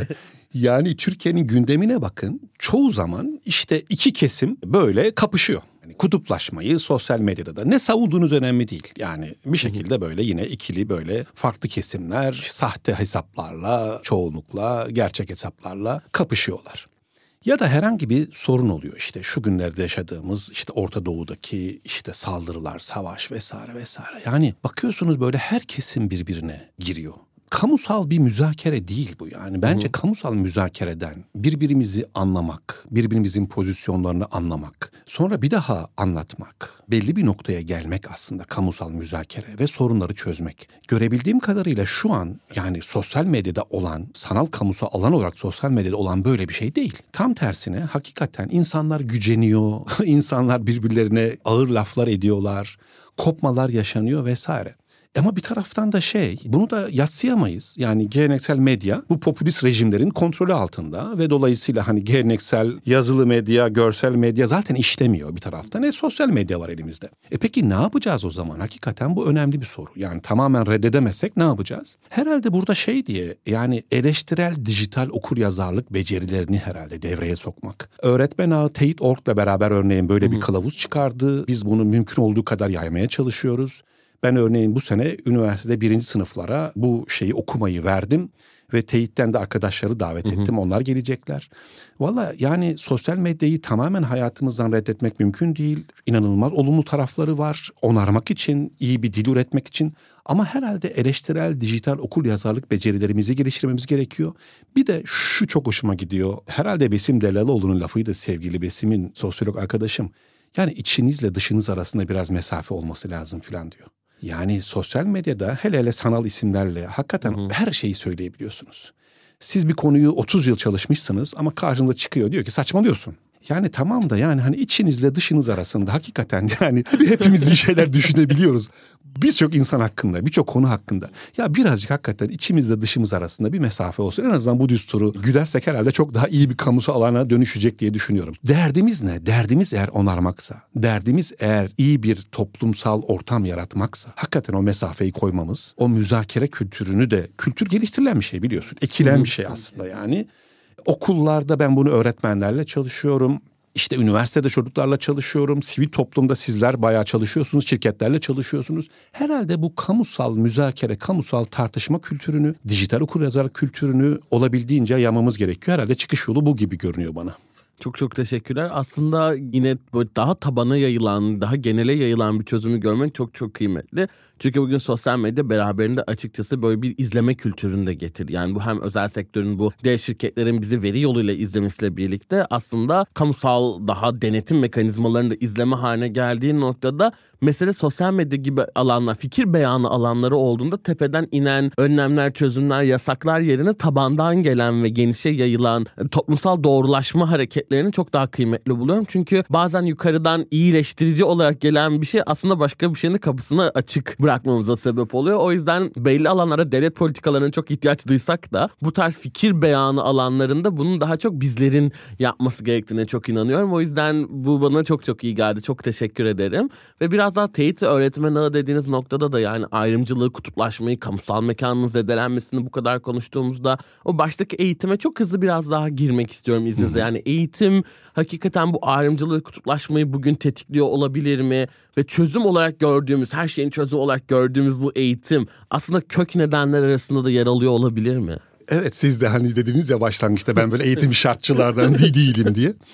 yani Türkiye'nin gündemine bakın, çoğu zaman işte iki kesim böyle kapışıyor. Yani kutuplaşmayı sosyal medyada da ne savunduğunuz önemli değil. Yani bir şekilde böyle yine ikili böyle farklı kesimler sahte hesaplarla, çoğunlukla gerçek hesaplarla kapışıyorlar. Ya da herhangi bir sorun oluyor işte şu günlerde yaşadığımız işte Orta Doğu'daki işte saldırılar, savaş vesaire vesaire. Yani bakıyorsunuz böyle her kesim birbirine giriyor. Kamusal bir müzakere değil bu yani. Bence hı hı. kamusal müzakereden birbirimizi anlamak, birbirimizin pozisyonlarını anlamak, sonra bir daha anlatmak, belli bir noktaya gelmek aslında kamusal müzakere ve sorunları çözmek. Görebildiğim kadarıyla şu an yani sosyal medyada olan, sanal kamusal alan olarak sosyal medyada olan böyle bir şey değil. Tam tersine hakikaten insanlar güceniyor, insanlar birbirlerine ağır laflar ediyorlar, kopmalar yaşanıyor vesaire. Ama bir taraftan da şey, bunu da yadsıyamayız. Yani geleneksel medya bu popülist rejimlerin kontrolü altında ve dolayısıyla hani geleneksel yazılı medya, görsel medya zaten işlemiyor bir taraftan. E sosyal medya var elimizde. E peki ne yapacağız o zaman? Hakikaten bu önemli bir soru. Yani tamamen reddedemezsek ne yapacağız? Herhalde burada şey diye yani eleştirel dijital okuryazarlık becerilerini herhalde devreye sokmak. Öğretmen ağı Teyit nokta org'la beraber örneğin böyle bir kılavuz çıkardı. Biz bunu mümkün olduğu kadar yaymaya çalışıyoruz. Ben örneğin bu sene üniversitede birinci sınıflara bu şeyi okumayı verdim ve teyitten de arkadaşları davet ettim. Hı hı. Onlar gelecekler. Valla yani sosyal medyayı tamamen hayatımızdan reddetmek mümkün değil. İnanılmaz olumlu tarafları var. Onarmak için, iyi bir dil üretmek için. Ama herhalde eleştirel dijital okul yazarlık becerilerimizi geliştirmemiz gerekiyor. Bir de şu çok hoşuma gidiyor. Herhalde Besim Delaloğlu'nun lafıydı sevgili Besim'in sosyolog arkadaşım. Yani içinizle dışınız arasında biraz mesafe olması lazım falan diyor. Yani sosyal medyada hele hele sanal isimlerle hakikaten hı hı. her şeyi söyleyebiliyorsunuz. Siz bir konuyu otuz yıl çalışmışsınız ama karşınıza çıkıyor diyor ki saçmalıyorsun. Yani tamam da yani hani içinizle dışınız arasında hakikaten yani hepimiz bir şeyler düşünebiliyoruz. Birçok insan hakkında, birçok konu hakkında. Ya birazcık hakikaten içimizle dışımız arasında bir mesafe olsun. En azından bu düsturu güdersek herhalde çok daha iyi bir kamusal alana dönüşecek diye düşünüyorum. Derdimiz ne? Derdimiz eğer onarmaksa, derdimiz eğer iyi bir toplumsal ortam yaratmaksa, hakikaten o mesafeyi koymamız, o müzakere kültürünü de, kültür geliştirilen bir şey biliyorsun. Ekilen bir şey aslında yani. Okullarda ben bunu öğretmenlerle çalışıyorum. İşte üniversitede çocuklarla çalışıyorum. Sivil toplumda sizler bayağı çalışıyorsunuz. Şirketlerle çalışıyorsunuz. Herhalde bu kamusal müzakere, kamusal tartışma kültürünü, dijital okuryazarlık kültürünü olabildiğince yamamız gerekiyor. Herhalde çıkış yolu bu gibi görünüyor bana. Çok çok teşekkürler. Aslında yine böyle daha tabana yayılan, daha genele yayılan bir çözümü görmek çok çok kıymetli. Çünkü bugün sosyal medya beraberinde açıkçası böyle bir izleme kültürünü de getirdi. Yani bu hem özel sektörün bu dev şirketlerin bizi veri yoluyla izlemesiyle birlikte aslında kamusal daha denetim mekanizmalarını da izleme haline geldiği noktada mesele sosyal medya gibi alanlar, fikir beyanı alanları olduğunda tepeden inen önlemler, çözümler, yasaklar yerine tabandan gelen ve genişe yayılan toplumsal doğrulaşma hareketlerini çok daha kıymetli buluyorum. Çünkü bazen yukarıdan iyileştirici olarak gelen bir şey aslında başka bir şeyin kapısını açık bırakmamıza sebep oluyor. O yüzden belli alanlara devlet politikalarına çok ihtiyaç duysak da bu tarz fikir beyanı alanlarında bunun daha çok bizlerin yapması gerektiğine çok inanıyorum. O yüzden bu bana çok çok iyi geldi. Çok teşekkür ederim. Ve biraz daha teyit öğretmen ağı dediğiniz noktada da yani ayrımcılığı, kutuplaşmayı, kamusal mekanın zedelenmesini bu kadar konuştuğumuzda o baştaki eğitime çok hızlı biraz daha girmek istiyorum izninizle. Yani eğitim hakikaten bu ayrımcılığı, kutuplaşmayı bugün tetikliyor olabilir mi? Ve çözüm olarak gördüğümüz, her şeyin çözüm olarak gördüğümüz bu eğitim aslında kök nedenler arasında da yer alıyor olabilir mi? Evet, siz de hani dediniz ya başlangıçta ben böyle eğitim şartçılardan değil değilim diye.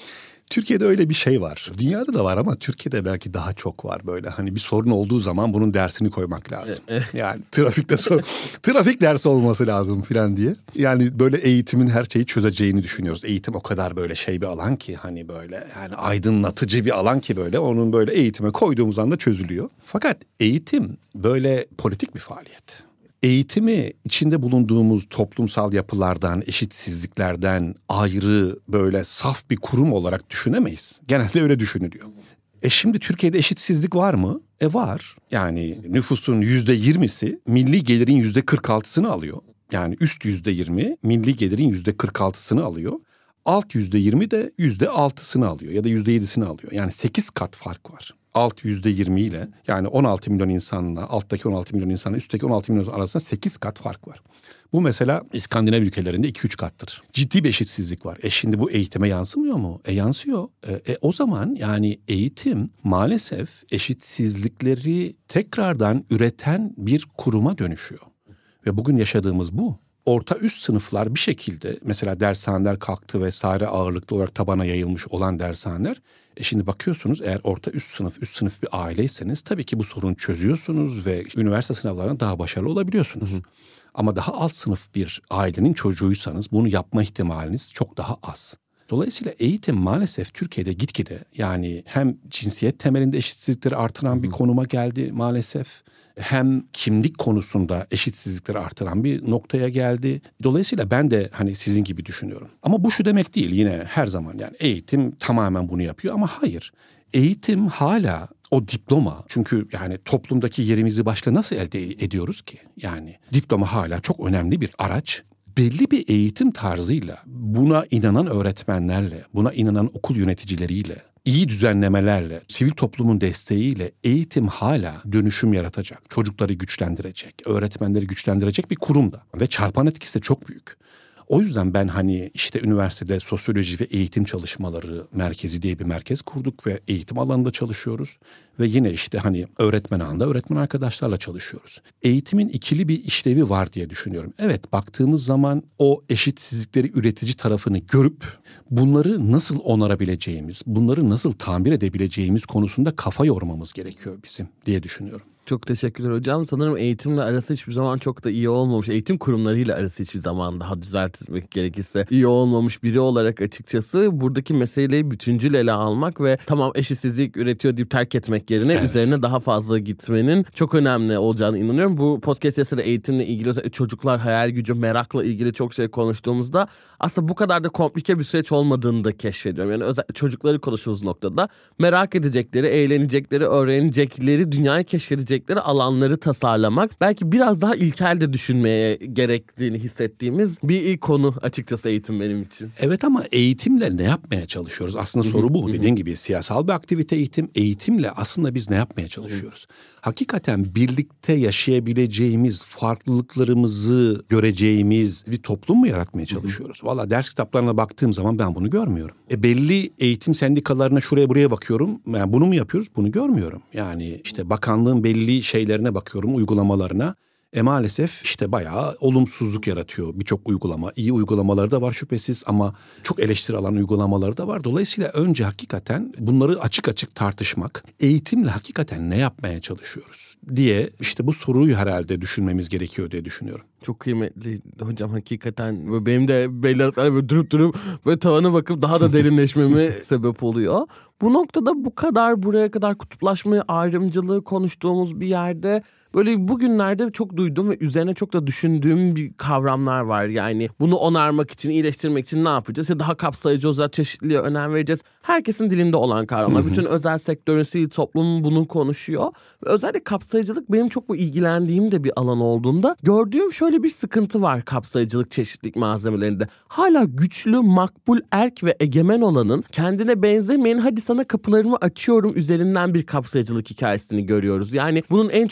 Türkiye'de öyle bir şey var. Dünyada da var ama Türkiye'de belki daha çok var böyle. Hani bir sorun olduğu zaman bunun dersini koymak lazım. Yani trafikte sorun, trafik dersi olması lazım falan diye. Yani böyle eğitimin her şeyi çözeceğini düşünüyoruz. Eğitim o kadar böyle şey bir alan ki hani böyle yani aydınlatıcı bir alan ki böyle onun böyle eğitime koyduğumuz anda çözülüyor. Fakat eğitim böyle politik bir faaliyet. Eğitimi içinde bulunduğumuz toplumsal yapılardan, eşitsizliklerden ayrı böyle saf bir kurum olarak düşünemeyiz. Genelde öyle düşünülüyor. E şimdi Türkiye'de eşitsizlik var mı? E var. Yani nüfusun yüzde yirmisi milli gelirin yüzde kırk altısını alıyor. Yani üst yüzde yirmi milli gelirin yüzde kırk altısını alıyor. Alt yüzde yirmi de yüzde altısını alıyor ya da yüzde yedisini alıyor. Yani sekiz kat fark var. Alt yüzde yirmi ile yani on altı milyon insanla alttaki on altı milyon insanla üstteki on altı milyon arasında sekiz kat fark var. Bu mesela İskandinav ülkelerinde iki üç kattır. Ciddi bir eşitsizlik var. E şimdi bu eğitime yansımıyor mu? E yansıyor. E, e o zaman yani eğitim maalesef eşitsizlikleri tekrardan üreten bir kuruma dönüşüyor. Ve bugün yaşadığımız bu. Orta üst sınıflar bir şekilde mesela dershaneler kalktı vesaire ağırlıklı olarak tabana yayılmış olan dershaneler. E şimdi bakıyorsunuz eğer orta üst sınıf, üst sınıf bir aileyseniz tabii ki bu sorunu çözüyorsunuz ve üniversite sınavlarında daha başarılı olabiliyorsunuz. Hı hı. Ama daha alt sınıf bir ailenin çocuğuysanız bunu yapma ihtimaliniz çok daha az. Dolayısıyla eğitim maalesef Türkiye'de gitgide yani hem cinsiyet temelinde eşitsizlikleri artıran Hı-hı. bir konuma geldi maalesef. Hem kimlik konusunda eşitsizlikleri artıran bir noktaya geldi. Dolayısıyla ben de hani sizin gibi düşünüyorum. Ama bu şu demek değil yine her zaman yani eğitim tamamen bunu yapıyor ama hayır. Eğitim hala o diploma çünkü yani toplumdaki yerimizi başka nasıl elde ediyoruz ki? Yani diploma hala çok önemli bir araç. Belli bir eğitim tarzıyla, buna inanan öğretmenlerle, buna inanan okul yöneticileriyle, iyi düzenlemelerle, sivil toplumun desteğiyle eğitim hala dönüşüm yaratacak, çocukları güçlendirecek, öğretmenleri güçlendirecek bir kurumda ve çarpan etkisi de çok büyük. O yüzden ben hani işte üniversitede sosyoloji ve eğitim çalışmaları merkezi diye bir merkez kurduk ve eğitim alanında çalışıyoruz. Ve yine işte hani öğretmen ağında öğretmen arkadaşlarla çalışıyoruz. Eğitimin ikili bir işlevi var diye düşünüyorum. Evet baktığımız zaman o eşitsizlikleri üretici tarafını görüp bunları nasıl onarabileceğimiz, bunları nasıl tamir edebileceğimiz konusunda kafa yormamız gerekiyor bizim diye düşünüyorum. Çok teşekkürler hocam. Sanırım eğitimle arası hiçbir zaman çok da iyi olmamış. Eğitim kurumlarıyla arası hiçbir zaman daha düzeltmek gerekirse iyi olmamış biri olarak açıkçası buradaki meseleyi bütüncül ele almak ve tamam eşitsizlik üretiyor deyip terk etmek yerine evet. üzerine daha fazla gitmenin çok önemli olacağını inanıyorum. Bu podcast yasada eğitimle ilgili çocuklar hayal gücü, merakla ilgili çok şey konuştuğumuzda aslında bu kadar da komplike bir süreç olmadığını da keşfediyorum. Yani özellikle çocukları konuştuğumuz noktada merak edecekleri, eğlenecekleri, öğrenecekleri, dünyayı keşfedecekleri alanları tasarlamak belki biraz daha ilkel de düşünmeye gerektiğini hissettiğimiz bir konu açıkçası eğitim benim için. Evet ama eğitimle ne yapmaya çalışıyoruz? Aslında soru bu. Dediğin gibi siyasal bir aktivite eğitim. Eğitimle aslında biz ne yapmaya çalışıyoruz? Hakikaten birlikte yaşayabileceğimiz, farklılıklarımızı göreceğimiz bir toplum mu yaratmaya çalışıyoruz? Valla ders kitaplarına baktığım zaman ben bunu görmüyorum. E belli eğitim sendikalarına şuraya buraya bakıyorum. Yani bunu mu yapıyoruz? Bunu görmüyorum. Yani işte bakanlığın belli şeylerine bakıyorum, uygulamalarına. E maalesef işte bayağı olumsuzluk yaratıyor birçok uygulama. İyi uygulamaları da var şüphesiz ama çok eleştiri alan uygulamaları da var. Dolayısıyla önce hakikaten bunları açık açık tartışmak, eğitimle hakikaten ne yapmaya çalışıyoruz diye işte bu soruyu herhalde düşünmemiz gerekiyor diye düşünüyorum. Çok kıymetli hocam hakikaten. Benim de belli aralıklarla böyle durup durup böyle tavana bakıp daha da derinleşmeme sebep oluyor. Bu noktada bu kadar buraya kadar kutuplaşmayı, ayrımcılığı konuştuğumuz bir yerde böyle bugünlerde çok duyduğum ve üzerine çok da düşündüğüm bir kavramlar var. Yani bunu onarmak için, iyileştirmek için ne yapacağız? Ya daha kapsayıcı olacağız, çeşitliliğe önem vereceğiz. Herkesin dilinde olan kavramlar. Hı hı. Bütün özel sektörün, sivil toplumun bunu konuşuyor. Ve özellikle kapsayıcılık benim çok bu ilgilendiğim de bir alan olduğunda gördüğüm şöyle bir sıkıntı var kapsayıcılık, çeşitlilik malzemelerinde. Hala güçlü, makbul, erk ve egemen olanın kendine benzemeyen hadi sana kapılarımı açıyorum üzerinden bir kapsayıcılık hikayesini görüyoruz. Yani bunun en çok örneğini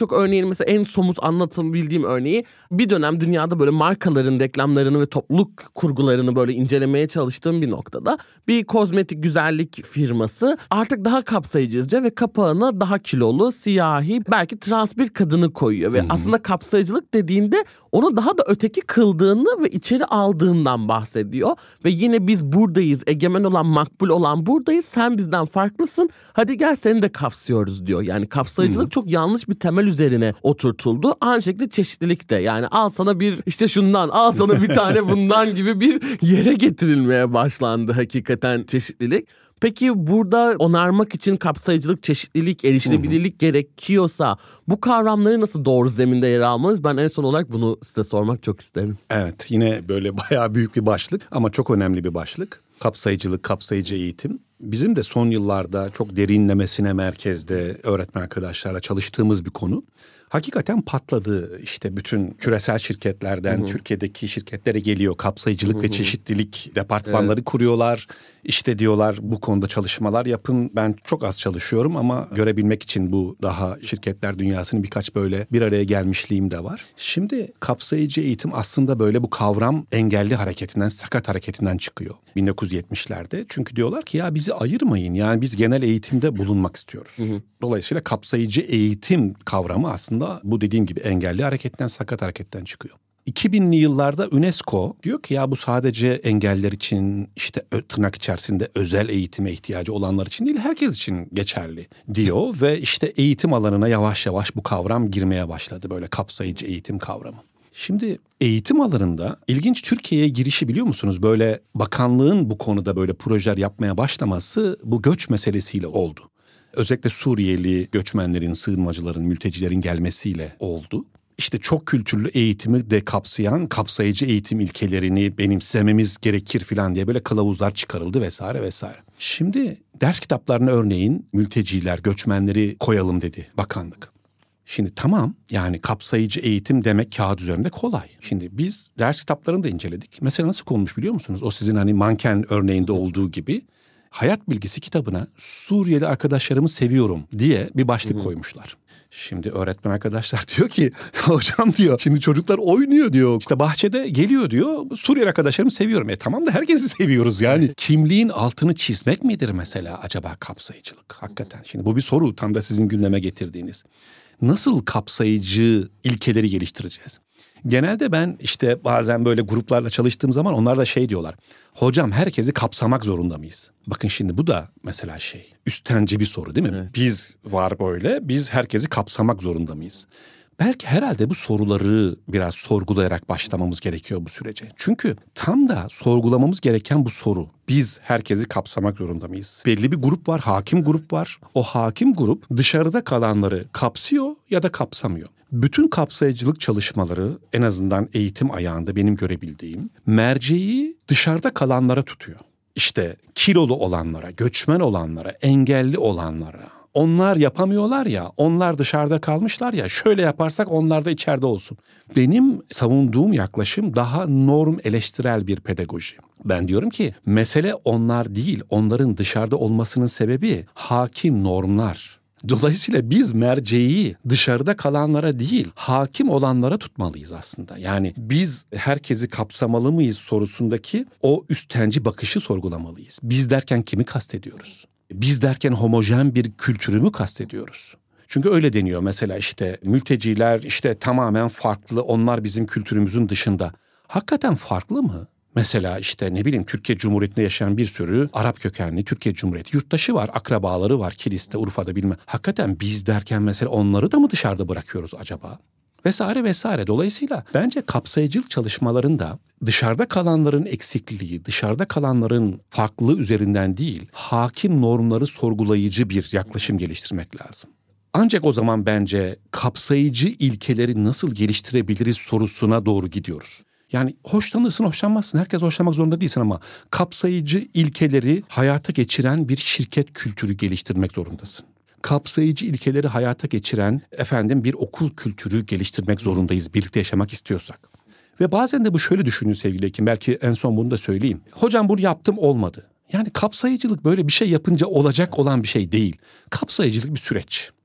benim mesela en somut anlatabildiğim örneği, bir dönem dünyada böyle markaların reklamlarını ve topluluk kurgularını böyle incelemeye çalıştığım bir noktada bir kozmetik güzellik firması artık daha kapsayıcıyız diyor ve kapağına daha kilolu, siyahi, belki trans bir kadını koyuyor ve Hı-hı. aslında kapsayıcılık dediğinde onu daha da öteki kıldığını ve içeri aldığından bahsediyor ve yine biz buradayız, egemen olan, makbul olan buradayız, sen bizden farklısın, hadi gel seni de kapsıyoruz diyor. Yani kapsayıcılık Hı-hı. çok yanlış bir temel üzerine oturtuldu. Aynı şekilde çeşitlilik de, yani al sana bir işte şundan, al sana bir tane bundan gibi bir yere getirilmeye başlandı hakikaten çeşitlilik. Peki burada onarmak için kapsayıcılık, çeşitlilik, erişilebilirlik Hı-hı. gerekiyorsa bu kavramları nasıl doğru zeminde yer almalıyız? Ben en son olarak bunu size sormak çok isterim. Evet, yine böyle bayağı büyük bir başlık ama çok önemli bir başlık. Kapsayıcılık, kapsayıcı eğitim. Bizim de son yıllarda çok derinlemesine merkezde öğretmen arkadaşlarla çalıştığımız bir konu. Hakikaten patladı, işte bütün küresel şirketlerden Hı-hı. Türkiye'deki şirketlere geliyor, kapsayıcılık Hı-hı. ve çeşitlilik departmanları evet. kuruyorlar. İşte diyorlar bu konuda çalışmalar yapın. Ben çok az çalışıyorum ama görebilmek için bu daha şirketler dünyasının birkaç böyle bir araya gelmişliğim de var. Şimdi kapsayıcı eğitim aslında böyle bu kavram engelli hareketinden, sakat hareketinden çıkıyor bin dokuz yüz yetmişlerde. Çünkü diyorlar ki ya bizi ayırmayın, yani biz genel eğitimde bulunmak istiyoruz. Hı hı. Dolayısıyla kapsayıcı eğitim kavramı aslında bu dediğim gibi engelli hareketten, sakat hareketten çıkıyor. iki binli yıllarda UNESCO diyor ki ya bu sadece engelliler için, işte tırnak içerisinde özel eğitime ihtiyacı olanlar için değil, herkes için geçerli diyor ve işte eğitim alanına yavaş yavaş bu kavram girmeye başladı, böyle kapsayıcı eğitim kavramı. Şimdi eğitim alanında ilginç Türkiye'ye girişi biliyor musunuz? Böyle bakanlığın bu konuda böyle projeler yapmaya başlaması bu göç meselesiyle oldu. Özellikle Suriyeli göçmenlerin, sığınmacıların, mültecilerin gelmesiyle oldu. İşte çok kültürlü eğitimi de kapsayan kapsayıcı eğitim ilkelerini benimsememiz gerekir falan diye böyle kılavuzlar çıkarıldı vesaire vesaire. Şimdi ders kitaplarına örneğin mülteciler, göçmenleri koyalım dedi bakanlık. Şimdi tamam, yani kapsayıcı eğitim demek kağıt üzerinde kolay. Şimdi biz ders kitaplarını da inceledik. Mesela nasıl konmuş biliyor musunuz? O sizin hani manken örneğinde olduğu gibi hayat bilgisi kitabına Suriyeli arkadaşlarımı seviyorum diye bir başlık Hı-hı. koymuşlar. Şimdi öğretmen arkadaşlar diyor ki hocam diyor, şimdi çocuklar oynuyor diyor, işte bahçede geliyor diyor, Suriyeli arkadaşlarımı seviyorum. E tamam da herkesi seviyoruz yani. Kimliğin altını çizmek midir mesela acaba kapsayıcılık? Hakikaten şimdi bu bir soru, tam da sizin gündeme getirdiğiniz. Nasıl kapsayıcı ilkeleri geliştireceğiz? Genelde ben işte bazen böyle gruplarla çalıştığım zaman onlar da şey diyorlar. Hocam herkesi kapsamak zorunda mıyız? Bakın şimdi bu da mesela şey, üstenci bir soru değil mi? Evet. Biz var böyle, biz herkesi kapsamak zorunda mıyız? Belki herhalde bu soruları biraz sorgulayarak başlamamız gerekiyor bu sürece. Çünkü tam da sorgulamamız gereken bu soru. Biz herkesi kapsamak zorunda mıyız? Belli bir grup var, hakim grup var. O hakim grup dışarıda kalanları kapsıyor ya da kapsamıyor. Bütün kapsayıcılık çalışmaları, en azından eğitim ayağında benim görebildiğim, merceği dışarıda kalanlara tutuyor. İşte kilolu olanlara, göçmen olanlara, engelli olanlara. Onlar yapamıyorlar ya, onlar dışarıda kalmışlar ya, şöyle yaparsak onlar da içeride olsun. Benim savunduğum yaklaşım daha norm eleştirel bir pedagoji. Ben diyorum ki mesele onlar değil, onların dışarıda olmasının sebebi hakim normlar. Dolayısıyla biz merceği dışarıda kalanlara değil, hakim olanlara tutmalıyız aslında. Yani biz herkesi kapsamalı mıyız sorusundaki o üstenci bakışı sorgulamalıyız. Biz derken kimi kastediyoruz? Biz derken homojen bir kültürü mü kastediyoruz? Çünkü öyle deniyor mesela, işte mülteciler işte tamamen farklı, onlar bizim kültürümüzün dışında. Hakikaten farklı mı? Mesela işte ne bileyim Türkiye Cumhuriyeti'nde yaşayan bir sürü Arap kökenli Türkiye Cumhuriyeti yurttaşı var, akrabaları var, Kilis'te, Urfa'da bilmem. Hakikaten biz derken mesela onları da mı dışarıda bırakıyoruz acaba? Vesaire vesaire. Dolayısıyla bence kapsayıcılık çalışmalarında dışarıda kalanların eksikliği, dışarıda kalanların farklılığı üzerinden değil, hakim normları sorgulayıcı bir yaklaşım geliştirmek lazım. Ancak o zaman bence kapsayıcı ilkeleri nasıl geliştirebiliriz sorusuna doğru gidiyoruz. Yani hoşlanırsın, hoşlanmazsın. Herkes hoşlanmak zorunda değilsin ama kapsayıcı ilkeleri hayata geçiren bir şirket kültürü geliştirmek zorundasın. Kapsayıcı ilkeleri hayata geçiren efendim bir okul kültürü geliştirmek zorundayız birlikte yaşamak istiyorsak. Ve bazen de bu şöyle düşünün sevgili Ekim, belki en son bunu da söyleyeyim. Hocam bunu yaptım olmadı. Yani kapsayıcılık böyle bir şey yapınca olacak olan bir şey değil. Kapsayıcılık bir süreç.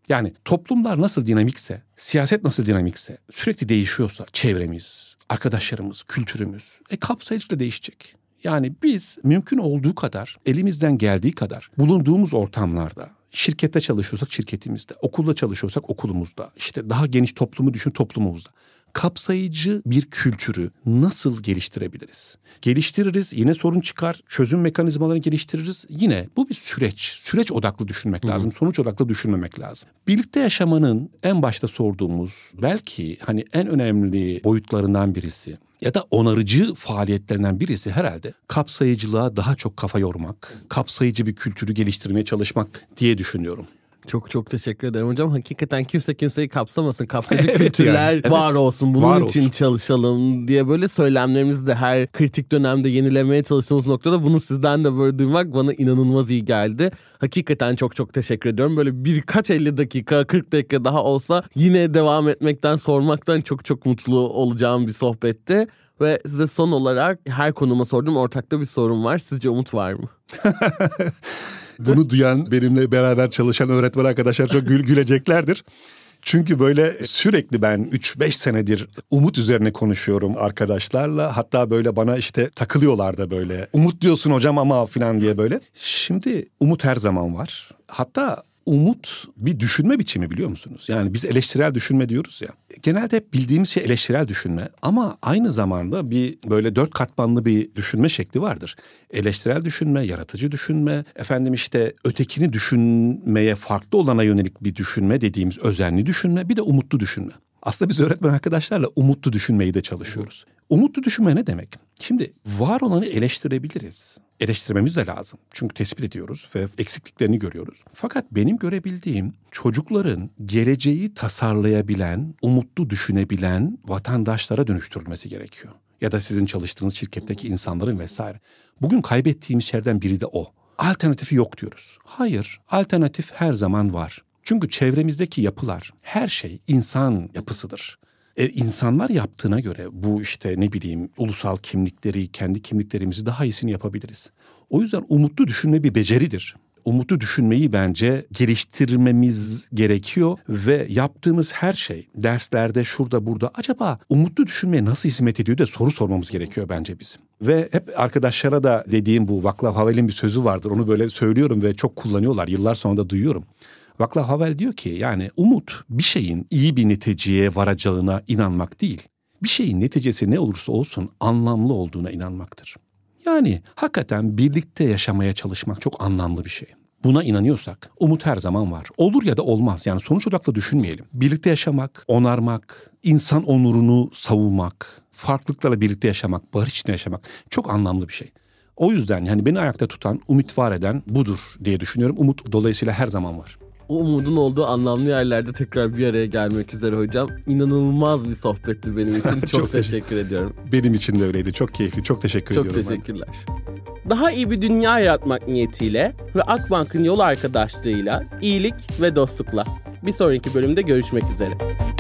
Yani toplumlar nasıl dinamikse, siyaset nasıl dinamikse, sürekli değişiyorsa çevremiz, arkadaşlarımız, kültürümüz, e kapsayıcı da değişecek. Yani biz mümkün olduğu kadar, elimizden geldiği kadar bulunduğumuz ortamlarda, şirkette çalışıyorsak şirketimizde, okulda çalışıyorsak okulumuzda, işte daha geniş toplumu düşün toplumumuzda, kapsayıcı bir kültürü nasıl geliştirebiliriz? Geliştiririz, yine sorun çıkar, çözüm mekanizmalarını geliştiririz. Yine bu bir süreç, süreç odaklı düşünmek lazım, sonuç odaklı düşünmemek lazım. Birlikte yaşamanın en başta sorduğumuz, belki hani en önemli boyutlarından birisi ya da onarıcı faaliyetlerinden birisi herhalde kapsayıcılığa daha çok kafa yormak, kapsayıcı bir kültürü geliştirmeye çalışmak diye düşünüyorum. Çok çok teşekkür ederim hocam. Hakikaten kimse kimseyi kapsamasın. Kapsayıcı evet kültürler yani. var evet. olsun. Bunun var için olsun. çalışalım diye böyle söylemlerimizi de her kritik dönemde yenilemeye çalıştığımız noktada bunu sizden de böyle duymak bana inanılmaz iyi geldi. Hakikaten çok çok teşekkür ediyorum. Böyle birkaç elli dakika, kırk dakika daha olsa yine devam etmekten, sormaktan çok çok mutlu olacağım bir sohbetti. Ve size son olarak her konuma sorduğum ortakta bir sorum var. Sizce umut var mı? Bunu duyan, benimle beraber çalışan öğretmen arkadaşlar çok gül güleceklerdir. Çünkü böyle sürekli ben üç beş senedir umut üzerine konuşuyorum arkadaşlarla. Hatta böyle bana işte takılıyorlar da böyle. Umut diyorsun hocam ama falan diye böyle. Şimdi umut her zaman var. Hatta umut bir düşünme biçimi, biliyor musunuz? Yani biz eleştirel düşünme diyoruz ya. Genelde hep bildiğimiz şey eleştirel düşünme. Ama aynı zamanda bir böyle dört katmanlı bir düşünme şekli vardır. Eleştirel düşünme, yaratıcı düşünme, efendim işte ötekini düşünmeye, farklı olana yönelik bir düşünme dediğimiz özenli düşünme, bir de umutlu düşünme. Aslında biz öğretmen arkadaşlarla umutlu düşünmeyi de çalışıyoruz. Umutlu düşünme ne demek? Şimdi var olanı eleştirebiliriz. Eleştirmemiz de lazım. Çünkü tespit ediyoruz ve eksikliklerini görüyoruz. Fakat benim görebildiğim çocukların geleceği tasarlayabilen, umutlu düşünebilen vatandaşlara dönüştürülmesi gerekiyor. Ya da sizin çalıştığınız şirketteki insanların vesaire. Bugün kaybettiğimiz şeylerden biri de o. Alternatifi yok diyoruz. Hayır, alternatif her zaman var. Çünkü çevremizdeki yapılar, her şey insan yapısıdır. E, insanlar yaptığına göre bu işte ne bileyim ulusal kimlikleri, kendi kimliklerimizi daha iyisini yapabiliriz. O yüzden umutlu düşünme bir beceridir. Umutlu düşünmeyi bence geliştirmemiz gerekiyor ve yaptığımız her şey derslerde şurada burada acaba umutlu düşünmeye nasıl hizmet ediyor da soru sormamız gerekiyor bence bizim. Ve hep arkadaşlara da dediğim bu Václav Havel'in bir sözü vardır. Onu böyle söylüyorum ve çok kullanıyorlar. Yıllar sonra da duyuyorum. Václav Havel diyor ki yani umut bir şeyin iyi bir neticeye varacağına inanmak değil. Bir şeyin neticesi ne olursa olsun anlamlı olduğuna inanmaktır. Yani hakikaten birlikte yaşamaya çalışmak çok anlamlı bir şey. Buna inanıyorsak umut her zaman var. Olur ya da olmaz. Yani sonuç odaklı düşünmeyelim. Birlikte yaşamak, onarmak, insan onurunu savunmak, farklılıklarla birlikte yaşamak, barış içinde yaşamak çok anlamlı bir şey. O yüzden yani beni ayakta tutan, umut var eden budur diye düşünüyorum. Umut dolayısıyla her zaman var. O umudun olduğu anlamlı yerlerde tekrar bir araya gelmek üzere hocam. İnanılmaz bir sohbetti benim için. Çok, çok teşekkür ediyorum. Benim için de öyleydi. Çok keyifli. Çok teşekkür çok ediyorum. Çok teşekkürler. Ben. Daha iyi bir dünya yaratmak niyetiyle ve Akbank'ın yol arkadaşlığıyla iyilik ve dostlukla. Bir sonraki bölümde görüşmek üzere.